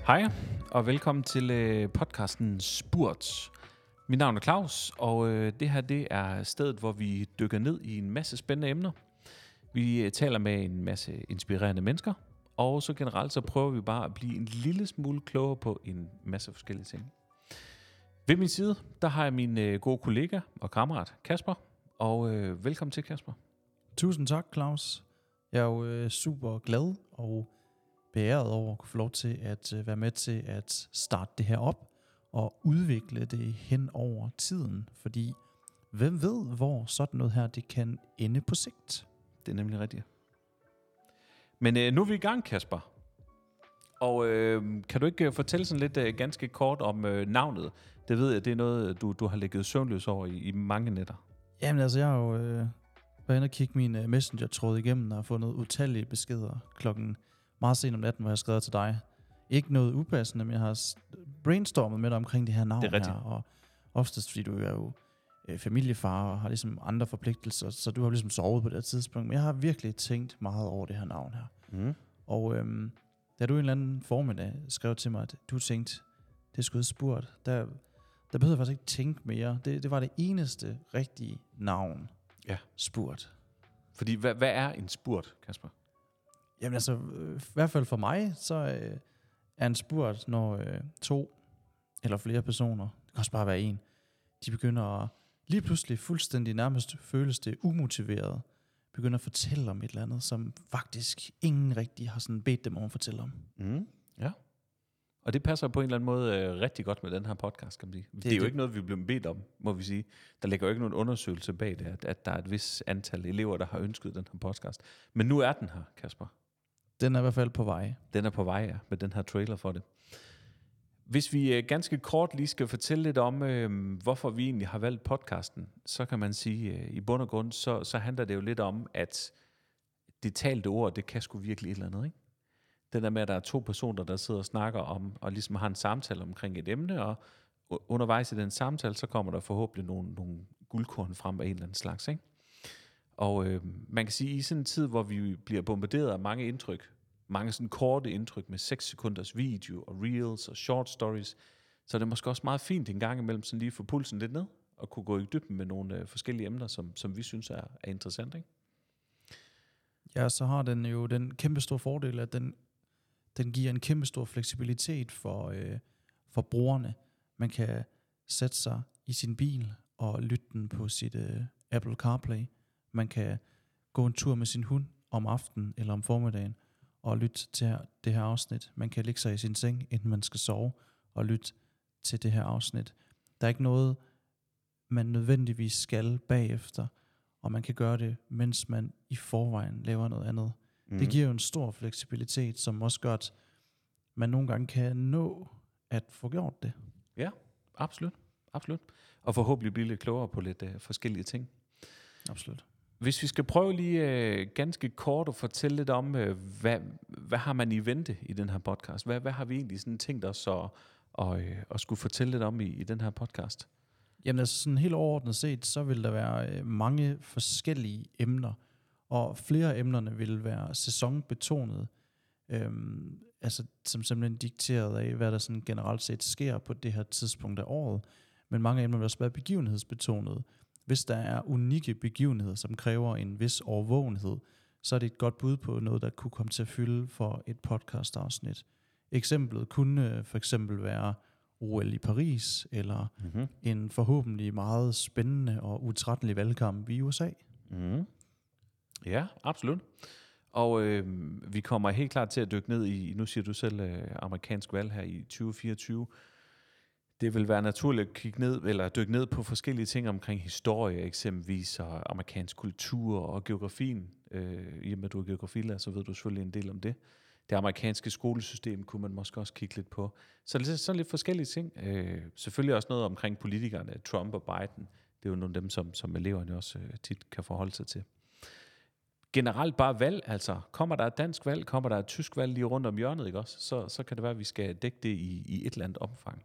Hej, og velkommen til podcasten Spurt. Mit navn er Claus, og det her det er stedet, hvor vi dykker ned i en masse spændende emner. Vi taler med en masse inspirerende mennesker, og så generelt så prøver vi bare at blive en lille smule klogere på en masse forskellige ting. Ved min side, der har jeg min gode kollega og kammerat Kasper, og velkommen til, Kasper. Tusind tak, Claus. Jeg er jo super glad og beæret over at kunne få lov til at være med til at starte det her op og udvikle det hen over tiden, fordi hvem ved, hvor sådan noget her det kan ende på sigt. Det er nemlig rigtigt. Men nu er vi i gang, Kasper. Og kan du ikke fortælle sådan lidt ganske kort om navnet? Det ved jeg, det er noget, du har ligget søvnløs over i mange nætter. Jamen altså, jeg har jo været inde og kigge min messenger-tråd igennem og har fundet utallige beskeder klokken meget sent om natten, hvor jeg har skrevet til dig. Ikke noget upassende, men jeg har brainstormet med dig omkring det her navn her. Og oftest, fordi du er jo familiefar og har ligesom andre forpligtelser, så du har ligesom sovet på det her tidspunkt. Men jeg har virkelig tænkt meget over det her navn her. Mm. Og da du en eller anden formiddag skrev til mig, at du tænkte, det skulle spurt, der behøvede jeg faktisk ikke tænke mere. Det var det eneste rigtige navn. Ja. Spurt. Fordi, hvad er en spurt, Kasper? Jamen altså, i hvert fald for mig, så er en spurt, når to eller flere personer, det kan også bare være en, de begynder at lige pludselig fuldstændig nærmest føles det umotiveret, begynder at fortælle om et eller andet, som faktisk ingen rigtig har sådan bedt dem om at fortælle om. Mm, ja. Og det passer på en eller anden måde rigtig godt med den her podcast, kan man sige. Det er jo ikke noget, vi er blevet bedt om, må vi sige. Der ligger jo ikke nogen undersøgelse bag det, at der er et vis antal elever, der har ønsket den her podcast. Men nu er den her, Kasper. Den er i hvert fald på vej. Den er på vej, ja, med den her trailer for det. Hvis vi ganske kort lige skal fortælle lidt om, hvorfor vi egentlig har valgt podcasten, så kan man sige, i bund og grund, så handler det jo lidt om, at det talte ord, det kan sgu virkelig et eller andet, ikke? Den der med, at der er to personer, der sidder og snakker om, og ligesom har en samtale omkring et emne, og undervejs i den samtale, så kommer der forhåbentlig nogle guldkorn frem af en eller anden slags, ikke? Og man kan sige, at i sådan en tid, hvor vi bliver bombarderet af mange indtryk, mange sådan korte indtryk med 6 sekunders video og reels og short stories, så er det måske også meget fint en gang imellem sådan lige få pulsen lidt ned, og kunne gå i dybden med nogle forskellige emner, som vi synes er interessante, ikke? Ja, så har den jo den kæmpe store fordel, at den giver en kæmpe stor fleksibilitet for brugerne. Man kan sætte sig i sin bil og lytte den på sit Apple CarPlay. Man kan gå en tur med sin hund om aftenen eller om formiddagen og lytte til det her afsnit. Man kan ligge sig i sin seng, inden man skal sove, og lytte til det her afsnit. Der er ikke noget, man nødvendigvis skal bagefter, og man kan gøre det, mens man i forvejen laver noget andet. Det giver jo en stor fleksibilitet, som også gør, at man nogle gange kan nå at få gjort det. Ja, absolut. Og forhåbentlig blive lidt klogere på lidt forskellige ting. Absolut. Hvis vi skal prøve lige ganske kort at fortælle lidt om, hvad har man i vente i den her podcast? Hvad har vi egentlig sådan tænkt os at skulle fortælle lidt om i den her podcast? Jamen altså sådan helt overordnet set, så vil der være mange forskellige emner, og flere af emnerne vil være sæsonbetonet, altså som simpelthen dikteret af, hvad der sådan generelt set sker på det her tidspunkt af året. Men mange af emner vil også være begivenhedsbetonet. Hvis der er unikke begivenheder, som kræver en vis overvågenhed, så er det et godt bud på noget, der kunne komme til at fylde for et podcast-afsnit. Eksemplet kunne for eksempel være OL i Paris, eller en forhåbentlig meget spændende og utrættelig valgkamp i USA. Mm. Ja, absolut. Og vi kommer helt klart til at dykke ned i, nu siger du selv, amerikansk valg her i 2024. Det vil være naturligt at kigge ned, eller dykke ned på forskellige ting omkring historie, eksempelvis, og amerikansk kultur og geografien. I og med, at du er geografilærer, så ved du selvfølgelig en del om det. Det amerikanske skolesystem kunne man måske også kigge lidt på. Så sådan lidt forskellige ting. Selvfølgelig også noget omkring politikerne, Trump og Biden. Det er jo nogle af dem, som eleverne også tit kan forholde sig til. Generelt bare valg, altså. Kommer der et dansk valg, kommer der et tysk valg lige rundt om hjørnet, ikke også? Så kan det være, at vi skal dække det i et eller andet omfang.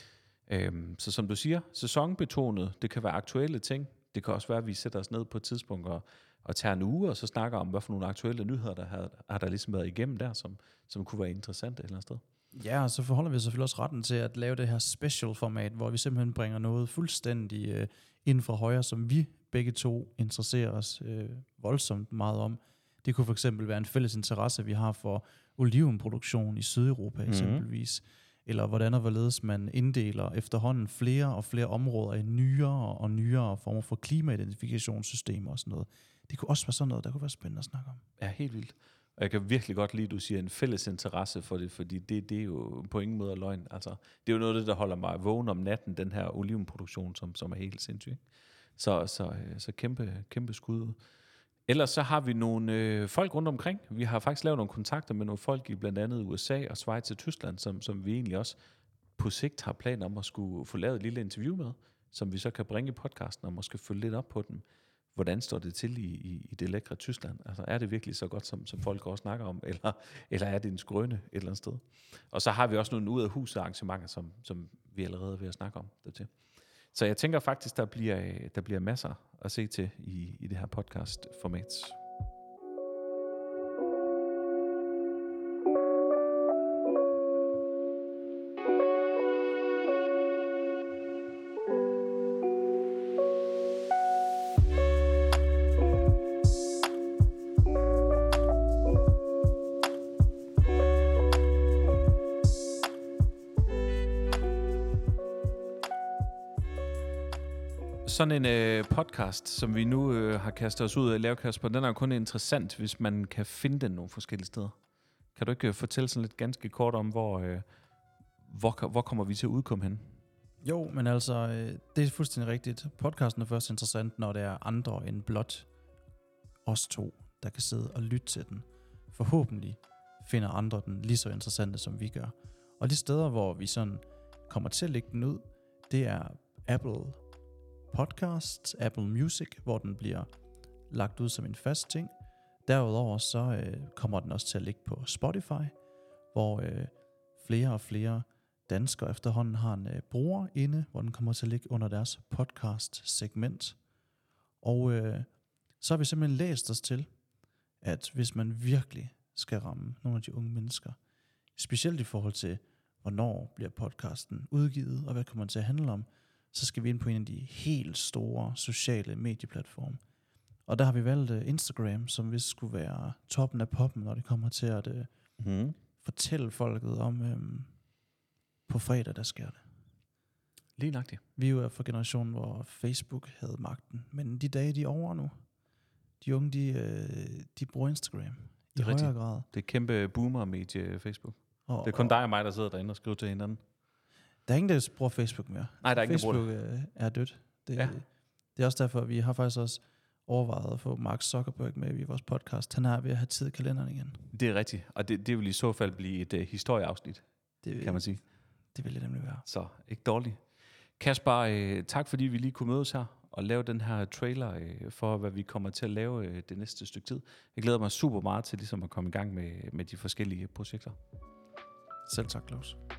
Så som du siger, sæsonbetonet, det kan være aktuelle ting. Det kan også være, at vi sætter os ned på et tidspunkt og tager en uge, og så snakker om, hvad for nogle aktuelle nyheder, der har der ligesom været igennem der, som kunne være interessante et eller andet sted. Ja, og så forholder vi selvfølgelig også retten til at lave det her special-format, hvor vi simpelthen bringer noget fuldstændig ind fra højre, som vi begge to interesserer os voldsomt meget om. Det kunne for eksempel være en fælles interesse, vi har for olivenproduktion i Sydeuropa eksempelvis, eller hvordan og hvorledes man inddeler efterhånden flere og flere områder i nyere og nyere former for klimaidentifikationssystemer og sådan noget. Det kunne også være sådan noget, der kunne være spændende at snakke om. Ja, helt vildt. Og jeg kan virkelig godt lide, at du siger en fælles interesse for det, fordi det er jo på ingen måde løgn. Altså, det er jo noget af det, der holder mig vågen om natten, den her olivenproduktion, som er helt sindssyg. Så kæmpe skud. Ellers så har vi nogle folk rundt omkring. Vi har faktisk lavet nogle kontakter med nogle folk i blandt andet USA og Schweiz og Tyskland, som vi egentlig også på sigt har planer om at skulle få lavet et lille interview med, som vi så kan bringe i podcasten og måske følge lidt op på den. Hvordan står det til i det lækre Tyskland? Altså, er det virkelig så godt, som folk også snakker om, eller er det en skrøne et eller andet sted? Og så har vi også nogle ud af hus arrangementer, som vi allerede er ved at snakke om det til. Så jeg tænker faktisk, der bliver masser at se til i det her podcast-format. Sådan en podcast, som vi nu har kastet os ud af at lave, Kasper, den er jo kun interessant, hvis man kan finde den nogle forskellige steder. Kan du ikke fortælle sådan lidt ganske kort om, hvor kommer vi til at udkomme hen? Jo, men altså, det er fuldstændig rigtigt. Podcasten er først interessant, når det er andre end blot os to, der kan sidde og lytte til den. Forhåbentlig finder andre den lige så interessante, som vi gør. Og de steder, hvor vi sådan kommer til at lægge den ud, det er Apple Podcasts, Apple Music, hvor den bliver lagt ud som en fast ting. Derudover så kommer den også til at ligge på Spotify, hvor flere og flere danskere efterhånden har en bruger inde, hvor den kommer til at ligge under deres podcast-segment. Og så har vi simpelthen læst os til, at hvis man virkelig skal ramme nogle af de unge mennesker, specielt i forhold til, hvornår bliver podcasten udgivet, og hvad kommer den til at handle om, så skal vi ind på en af de helt store sociale medieplatforme. Og der har vi valgt Instagram, som vist skulle være toppen af poppen, når det kommer til at fortælle folket om, på fredag, der sker det. Lige nøjagtigt. Vi er jo fra generationen, hvor Facebook havde magten. Men de dage, de er over nu. De unge, de bruger Instagram i højere grad. Det er kæmpe boomer-medie, Facebook. Det er kun dig og mig, der sidder derinde og skriver til hinanden. Der er ingen, der bruger Facebook mere. Nej, der er ingen, der bruger det. Facebook er dødt. Det er også derfor, vi har faktisk også overvejet at få Mark Zuckerberg med i vores podcast. Han er ved at have tid i kalenderen igen. Det er rigtigt, og det vil i så fald blive et historieafsnit, kan man sige. Det vil det nemlig være. Så, ikke dårligt. Kasper, tak fordi vi lige kunne mødes her og lave den her trailer for, hvad vi kommer til at lave det næste stykke tid. Jeg glæder mig super meget til ligesom at komme i gang med de forskellige projekter. Selv tak, Claus.